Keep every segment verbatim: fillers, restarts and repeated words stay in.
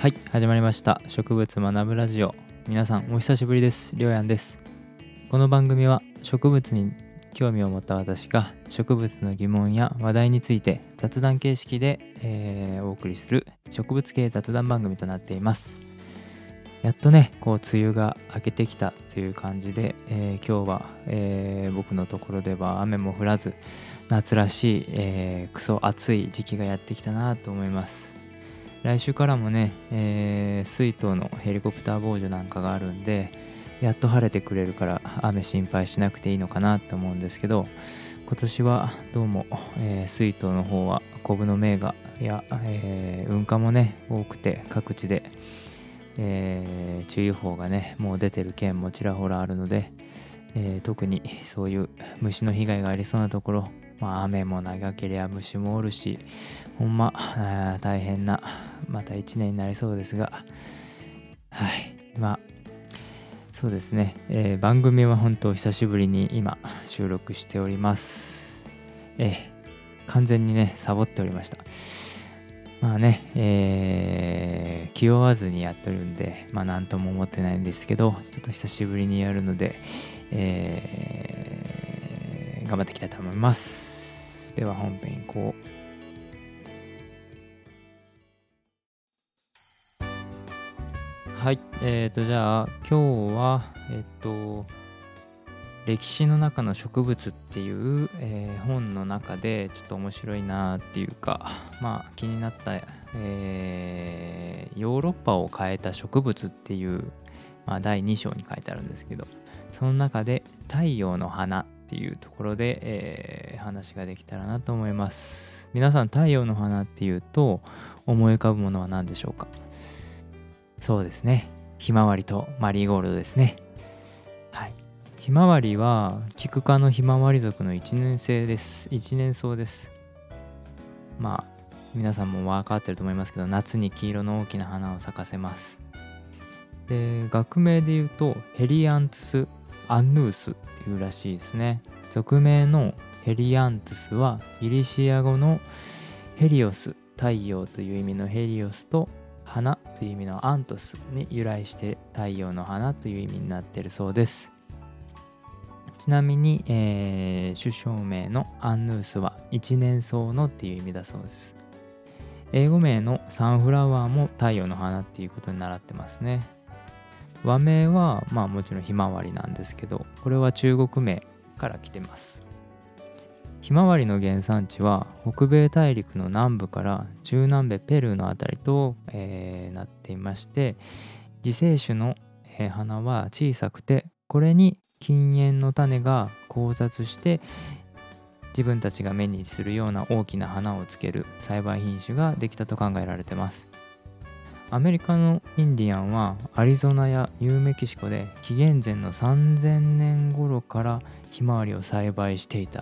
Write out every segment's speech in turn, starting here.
はい、始まりました植物学ぶラジオ。皆さんお久しぶりです。りょうやんです。この番組は植物に興味を持った私が植物の疑問や話題について雑談形式で、えー、お送りする植物系雑談番組となっています。やっとねこう梅雨が明けてきたという感じで、えー、今日は、えー、僕のところでは雨も降らず夏らしい、えー、クソ暑い時期がやってきたなと思います。来週からもね、えー、水筒のヘリコプター防除なんかがあるんで、やっと晴れてくれるから雨心配しなくていいのかなと思うんですけど、今年はどうも、えー、水筒の方はコブの芽がや、えー、噴火もね多くて各地で、えー、注意報がねもう出てる県もちらほらあるので、えー、特にそういう虫の被害がありそうなところ、まあ、雨も長ければ虫もおるし、ほんま大変なまた一年になりそうですが、はいまあそうですね、えー、番組は本当久しぶりに今収録しております。えー、完全にねサボっておりました。まあね、えー、気負わずにやってるんで、まあなんとも思ってないんですけど、ちょっと久しぶりにやるので、えー、頑張っていきたいと思います。では本編行こう。はい、えーとじゃあ今日はえっと歴史の中の植物っていう、えー、本の中でちょっと面白いなっていうか、まあ気になった、えー、ヨーロッパを変えた植物っていう、まあ、だいに章に書いてあるんですけど、その中で太陽の花っていうところで、えー、話ができたらなと思います。皆さん太陽の花っていうと思い浮かぶものは何でしょうか？そうですね、ひまわりとマリーゴールドですね。はい、ひまわりはキク科のひまわり属の一年生です。一年草です。まあ皆さんも分かってると思いますけど、夏に黄色の大きな花を咲かせます。で、学名で言うとヘリアントゥス・アンヌースっていうらしいですね。俗名のヘリアントゥスはギリシア語のヘリオス、太陽という意味のヘリオスと花という意味のアントスに由来して太陽の花という意味になっているそうです。ちなみに、えー、種小名のアンヌースは一年草のっていう意味だそうです。英語名のサンフラワーも太陽の花っていうことに習ってますね。和名はまあもちろんひまわりなんですけど、これは中国名から来てます。ひまわりの原産地は北米大陸の南部から中南米ペルーのあたりと、えー、なっていまして、自生種の、えー、花は小さくて、これに禁煙の種が交雑して自分たちが目にするような大きな花をつける栽培品種ができたと考えられています。アメリカのインディアンはアリゾナやニューメキシコで紀元前のさんぜんねん頃からひまわりを栽培していた。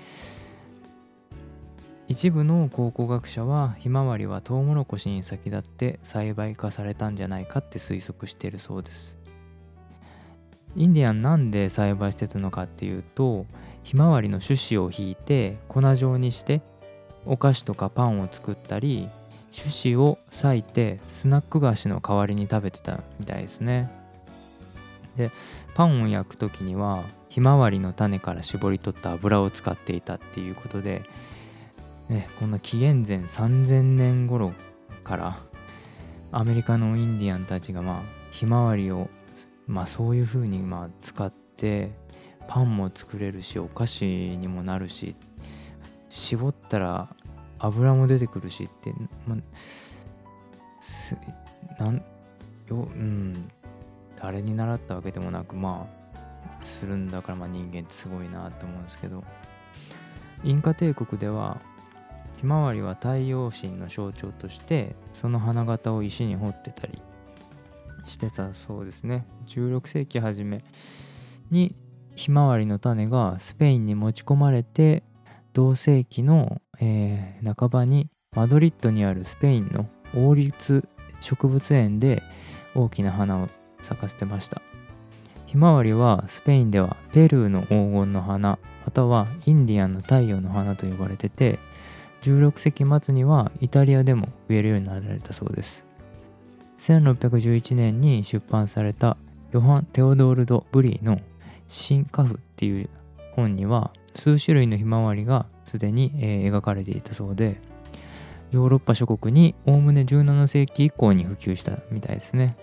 一部の考古学者はひまわりはトウモロコシに先立って栽培化されたんじゃないかって推測しているそうです。インディアンなんで栽培してたのかっていうと、ひまわりの種子をひいて粉状にしてお菓子とかパンを作ったり、種子を裂いてスナック菓子の代わりに食べてたみたいですね。で、パンを焼く時にはひまわりの種から絞り取った油を使っていたっていうことで、ね、この紀元前さんぜんねん頃からアメリカのインディアンたちがまあひまわりをまあそういう風にまあ使ってパンも作れるしお菓子にもなるし絞ったら油も出てくるしって、ま、すなんようん誰に習ったわけでもなくまあするんだから、まあ人間ってすごいなと思うんですけど、インカ帝国ではひまわりは太陽神の象徴としてその花形を石に彫ってたりしてたそうですね。じゅうろく世紀初めにひまわりの種がスペインに持ち込まれて、同世紀の、えー、半ばにマドリッドにあるスペインの王立植物園で大きな花を咲かせてました。ひまわりはスペインではペルーの黄金の花、またはインディアンの太陽の花と呼ばれてて、じゅうろく世紀末にはイタリアでも植えるようになられたそうです。 せんろっぴゃくじゅういちねんに出版されたヨハン・テオドールド・ブリーの新カフっていう本には数種類のひまわりがすでに、えー描かれていたそうで、ヨーロッパ諸国におおむねじゅうななせいき以降に普及したみたいですね。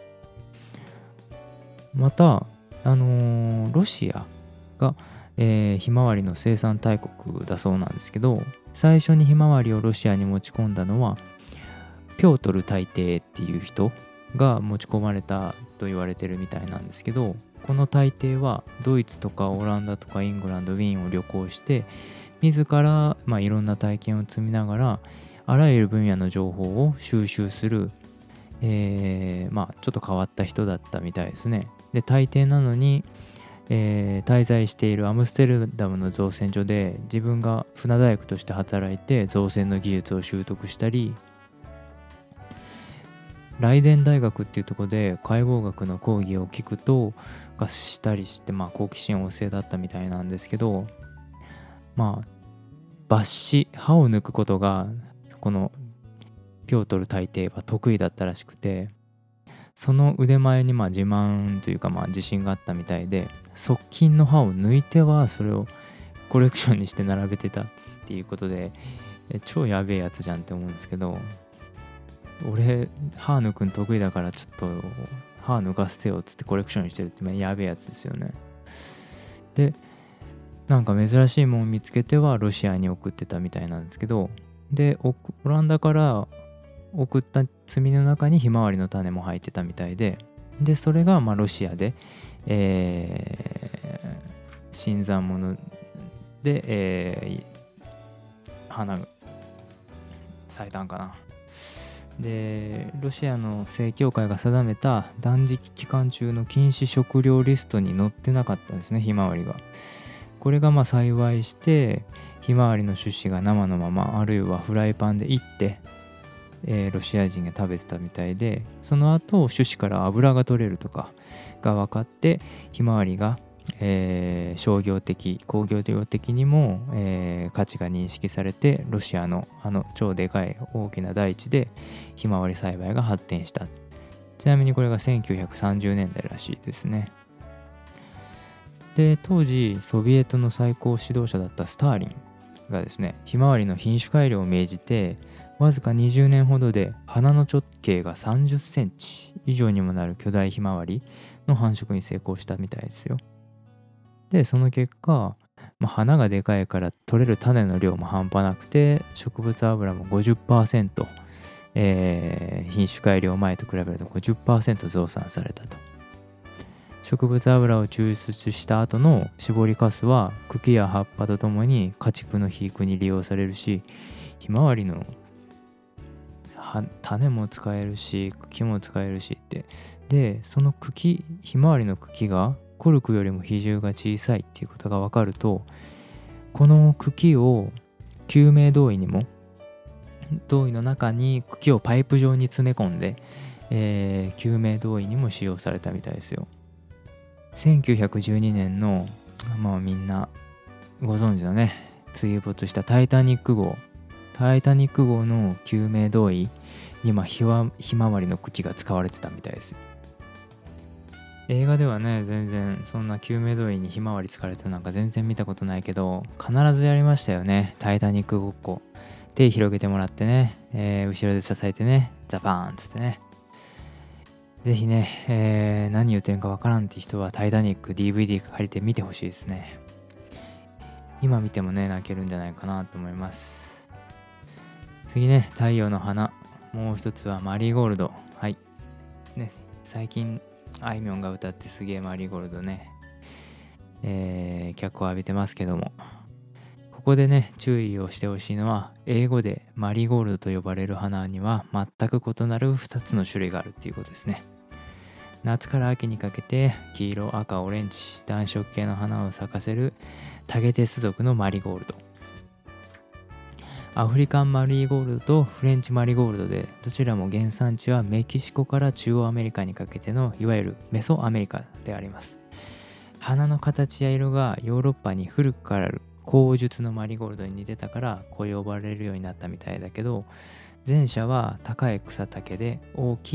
また、あのーロシアが、えーひまわりの生産大国だそうなんですけど、最初にひまわりをロシアに持ち込んだのはピョートル大帝っていう人が持ち込まれたと言われてるみたいなんですけど、この大帝はドイツとかオランダとかイングランド、ウィーンを旅行して自ら、まあ、いろんな体験を積みながらあらゆる分野の情報を収集する、えーまあ、ちょっと変わった人だったみたいですね。で、大抵なのに、えー滞在しているアムステルダムの造船所で自分が船大工として働いて造船の技術を習得したり、ライデン大学っていうところで解剖学の講義を聞くとがしたりして、まあ、好奇心旺盛だったみたいなんですけど、まあ抜歯、歯を抜くことがこのピョートル大帝は得意だったらしくて、その腕前にまあ自慢というかまあ自信があったみたいで、側近の歯を抜いてはそれをコレクションにして並べてたっていうことで、え超やべえやつじゃんって思うんですけど、俺歯抜くん得意だからちょっと歯抜かせてよっつってコレクションしてるってやべえやつですよね。で、なんか珍しいもん見つけてはロシアに送ってたみたいなんですけど、でオランダから送った積みの中にひまわりの種も入ってたみたいで、でそれがまあロシアで、えー、新参者で、えー、花が咲いたんかな。でロシアの正教会が定めた断食期間中の禁止食料リストに載ってなかったんですね、ひまわりが。これがまあ幸いしてひまわりの種子が生のままあるいはフライパンでいって、えーロシア人が食べてたみたいで、その後種子から油が取れるとかが分かってひまわりが、えー商業的工業的にも、えー価値が認識されて、ロシアのあの超でかい大きな大地でひまわり栽培が発展した。ちなみにこれがせんきゅうひゃくさんじゅうねんだいらしいですね。で当時ソビエトの最高指導者だったスターリンがですね、ひまわりの品種改良を命じて、わずかにじゅうねんほどで花の直径がさんじゅっセンチ以上にもなる巨大ひまわりの繁殖に成功したみたいですよ。でその結果、まあ、花がでかいから取れる種の量も半端なくて、植物油も ごじゅっパーセント、えー品種改良前と比べると ごじゅっパーセント 増産されたと。植物油を抽出した後の搾りかすは茎や葉っぱとともに家畜の肥育に利用されるし、ひまわりの種も使えるし茎も使えるしって、でその茎、ひまわりの茎がコルクよりも比重が小さいっていうことが分かると、この茎を救命胴衣にも胴衣の中に茎をパイプ状に詰め込んで、えー救命胴衣にも使用されたみたいですよ。せんきゅうひゃくじゅうにねんの、まあみんなご存知のね、追没したタイタニック号タイタニック号の救命胴衣にまあひわひまわりの茎が使われてたみたいです。映画ではね、全然そんな救命胴衣にひまわり使われてるなんか全然見たことないけど、必ずやりましたよね、タイタニックごっこ。手広げてもらってね、えー後ろで支えてね、ザバーンっつってね。ぜひね、えー何言ってるかわからんって人はタイタニック ディーブイディー 借りて見てほしいですね。今見てもね、泣けるんじゃないかなと思います。次ね、太陽の花。もう一つはマリーゴールド。はい。ね、最近、あいみょんが歌ってすげえマリーゴールドね、えー脚光を浴びてますけども、ここでね、注意をしてほしいのは、英語でマリーゴールドと呼ばれる花には全く異なるふたつの種類があるっていうことですね。夏から秋にかけて黄色、赤、オレンジ、暖色系の花を咲かせるタゲテス属のマリーゴールド。アフリカンマリーゴールドとフレンチマリーゴールドで、どちらも原産地はメキシコから中央アメリカにかけてのいわゆるメソアメリカであります。花の形や色がヨーロッパに古くからある紅術のマリーゴールドに似てたからこう呼ばれるようになったみたいだけど、前者は高い草丈で大きい、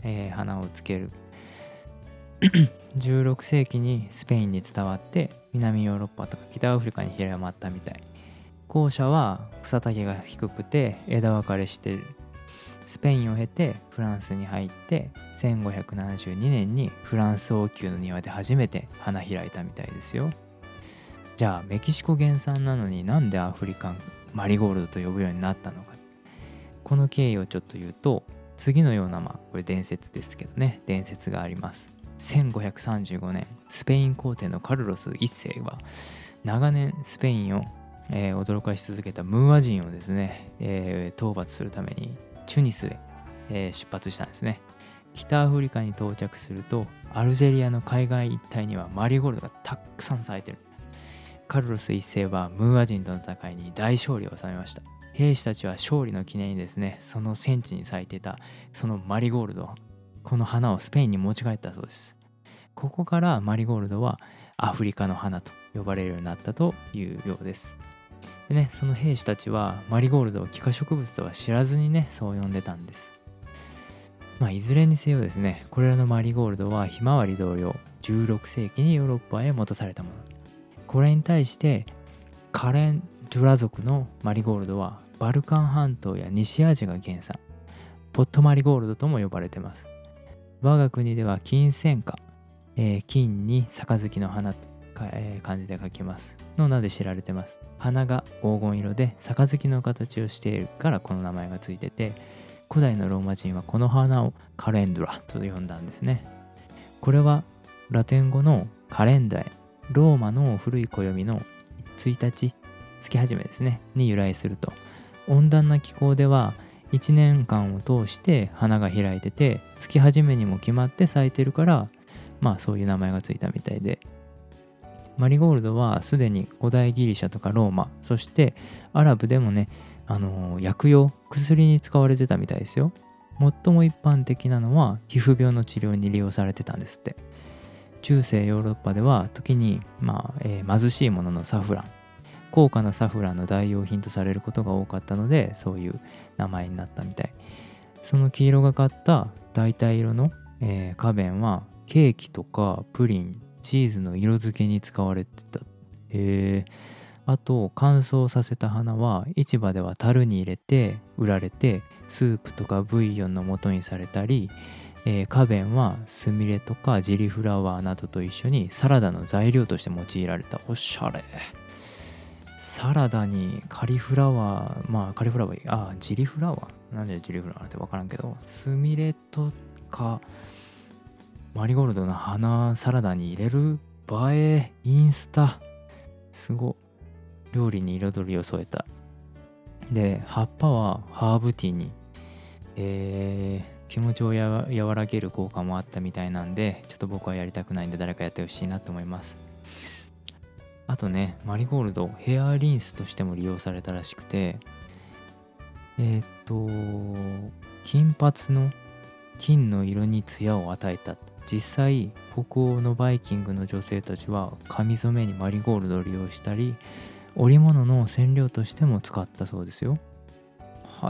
えー花をつけるじゅうろくせいきにスペインに伝わって南ヨーロッパとか北アフリカに広まったみたい。後者は草丈が低くて枝分かれしてる。スペインを経てフランスに入ってせんごひゃくななじゅうにねんにフランス王宮の庭で初めて花開いたみたいですよ。じゃあメキシコ原産なのになんでアフリカンマリゴールドと呼ぶようになったのか。この経緯をちょっと言うと、次のような、まあこれ伝説ですけどね、伝説があります。せんごひゃくさんじゅうごねん、スペイン皇帝のカルロスいっせいは長年スペインを、えー驚かし続けたムーア人をですね、えー討伐するためにチュニスへ、えー出発したんですね。北アフリカに到着すると、アルジェリアの海岸一帯にはマリーゴールドがたくさん咲いてる。カルロスいっせいはムーア人との戦いに大勝利を収めました。兵士たちは勝利の記念にですね、その戦地に咲いてたそのマリゴールド、この花をスペインに持ち帰ったそうです。ここからマリゴールドはアフリカの花と呼ばれるようになったというようです。でね、その兵士たちはマリゴールドを幾何植物とは知らずにね、そう呼んでたんです。まあいずれにせよですね、これらのマリゴールドはひまわり同様じゅうろくせいきにヨーロッパへ戻されたもの。これに対してカレンドゥラ族のマリゴールドはバルカン半島や西アジアが原産、ポットマリゴールドとも呼ばれています。我が国では金銭花、えー金に杯の花とか、えー漢字で書きますの名で知られてます。花が黄金色で杯の形をしているからこの名前がついてて、古代のローマ人はこの花をカレンドラと呼んだんですね。これはラテン語のカレンダエ、ローマの古い暦のついたち、月始めですねに由来すると。温暖な気候ではいちねんかんを通して花が開いてて、月始めにも決まって咲いてるから、まあそういう名前がついたみたいで、マリゴールドはすでに古代ギリシャとかローマ、そしてアラブでもね、あのー薬用薬に使われてたみたいですよ。最も一般的なのは皮膚病の治療に利用されてたんですって。中世ヨーロッパでは時に、まあえー貧しいもののサフラン、高価なサフランの代用品とされることが多かったので、そういう名前になったみたい。その黄色がかった代替色の、えー花弁はケーキとかプリン、チーズの色付けに使われてた。へー。あと乾燥させた花は市場では樽に入れて売られて、スープとかブイヨンの元にされたり、えー花弁はスミレとかジリフラワーなどと一緒にサラダの材料として用いられた。おしゃれ。サラダにカリフラワー、まあカリフラワー、ああ、ジリフラワーなんでジリフラワーって分からんけど、スミレとかマリゴールドの花サラダに入れる、映え、インスタ、すご。料理に彩りを添えた。で、葉っぱはハーブティーに、えー、気持ちをやわ和らげる効果もあったみたいなんで、ちょっと僕はやりたくないんで誰かやってほしいなと思います。あとね、マリゴールドヘアリンスとしても利用されたらしくて、えーっと金髪の金の色に艶を与えた。実際北欧のバイキングの女性たちは髪染めにマリゴールドを利用したり、織物の染料としても使ったそうですよ。はい。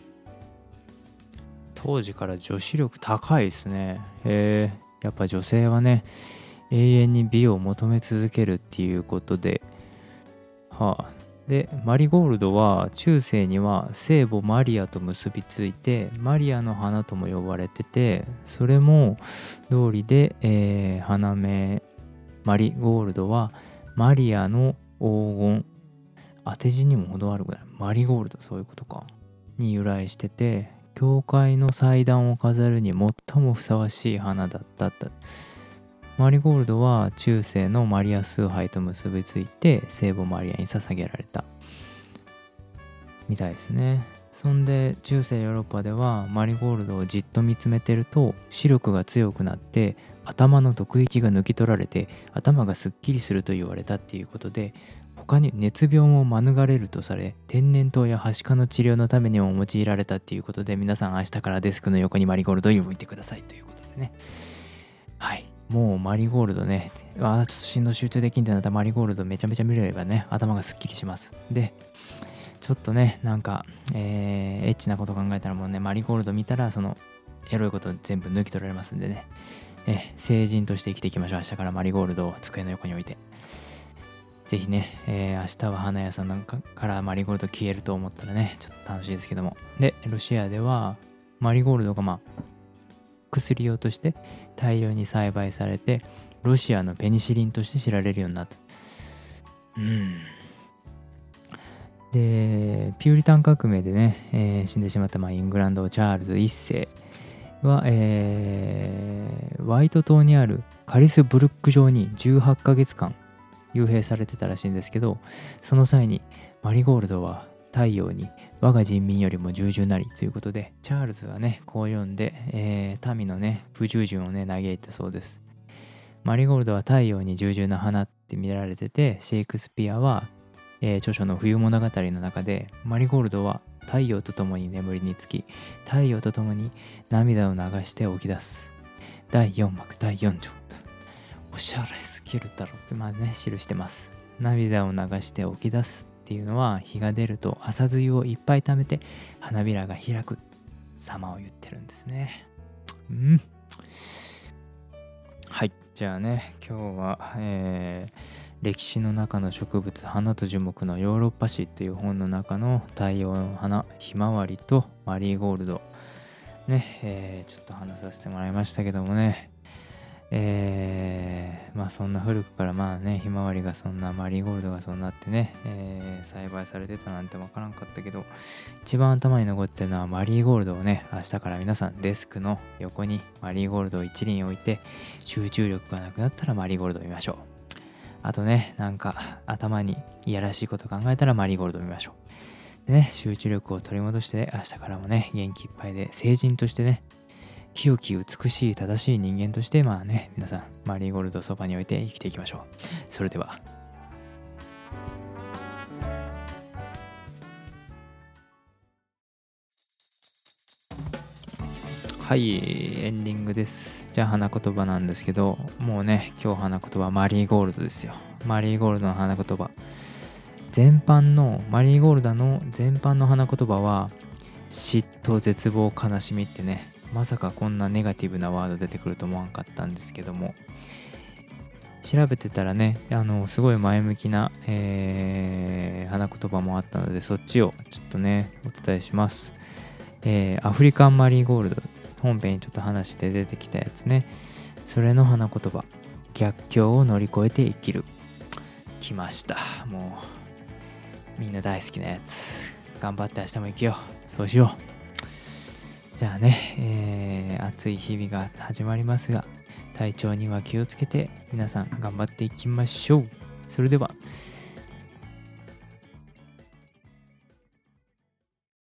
当時から女子力高いですね。へえ。やっぱ女性はね、永遠に美を求め続けるっていうことで、はあ。で、マリゴールドは中世には聖母マリアと結びついて、マリアの花とも呼ばれてて、それも通りで、えー花名マリゴールドはマリアの黄金、当て字にも程あるぐらい、マリゴールド、そういうことかに由来してて、教会の祭壇を飾るに最もふさわしい花だったった。マリゴールドは中世のマリア崇拝と結びついて聖母マリアに捧げられたみたいですね。そんで中世ヨーロッパではマリゴールドをじっと見つめてると視力が強くなって頭の毒液が抜き取られて頭がすっきりすると言われたっていうことで、他に熱病も免れるとされ、天然痘やはしかの治療のためにも用いられたっていうことで、皆さん明日からデスクの横にマリゴールドを置いてくださいということでね。はい、もうマリゴールドね、あーちょっと振動集中できんってなったらマリゴールドめちゃめちゃ見れればね、頭がすっきりします。でちょっとね、なんか、えーエッチなこと考えたらもうね、マリゴールド見たらそのエロいこと全部抜き取られますんでね、え成人として生きていきましょう。明日からマリーゴールドを机の横に置いて。ぜひね、えー、明日は花屋さんなんかからマリーゴールド消えると思ったらね、ちょっと楽しいですけども。で、ロシアではマリーゴールドがまあ、薬用として大量に栽培されて、ロシアのペニシリンとして知られるようになった。うん。で、ピューリタン革命でね、えー死んでしまった、まあ、イングランドチャールズいっせいは、えーワイト島にあるカリスブルック城にじゅうはちかげつかん幽閉されてたらしいんですけど、その際にマリーゴールドは太陽に我が人民よりも従順なりということで、チャールズはねこう読んで、えー民のね不従順をね嘆いたそうです。マリーゴールドは太陽に従順な花って見られてて、シェイクスピアは、えー著書の冬物語の中でマリーゴールドは太陽とともに眠りにつき、太陽とともに涙を流して起き出すだいよんまくだいよんじょう。おしゃれすぎるだろってまあね記してます。涙を流して起き出すっていうのは、日が出ると朝露をいっぱい溜めて花びらが開く様を言ってるんですね。うんはい、じゃあね今日は、えー歴史の中の植物花と樹木のヨーロッパ史という本の中の太陽の花ひまわりとマリーゴールドね、えーちょっと話させてもらいましたけどもね、えーまあそんな古くからまあねひまわりがそんなマリーゴールドがそんなってね、えー栽培されてたなんてわからんかったけど、一番頭に残ってるのはマリーゴールドをね、明日から皆さんデスクの横にマリーゴールドを一輪置いて、集中力がなくなったらマリーゴールドを見ましょう。あとね、なんか頭にいやらしいこと考えたらマリーゴールドを見ましょう。でね、集中力を取り戻して、明日からもね、元気いっぱいで成人としてね、清き美しい正しい人間として、まあね、皆さんマリーゴールドをそばに置いて生きていきましょう。それでは。はい、エンディングです。じゃあ花言葉なんですけど、もうね、今日花言葉マリーゴールドですよ。マリーゴールドの花言葉。全般の、マリーゴールドの全般の花言葉は、嫉妬、絶望、悲しみってね、まさかこんなネガティブなワード出てくると思わんかったんですけども、調べてたらね、あの、すごい前向きな、えー花言葉もあったので、そっちをちょっとね、お伝えします。えーアフリカンマリーゴールド。本編にちょっと話して出てきたやつね。それの花言葉。逆境を乗り越えて生きる。来ました。もう、みんな大好きなやつ。頑張って明日も生きよう。そうしよう。じゃあね、えー暑い日々が始まりますが、体調には気をつけて皆さん頑張っていきましょう。それでは。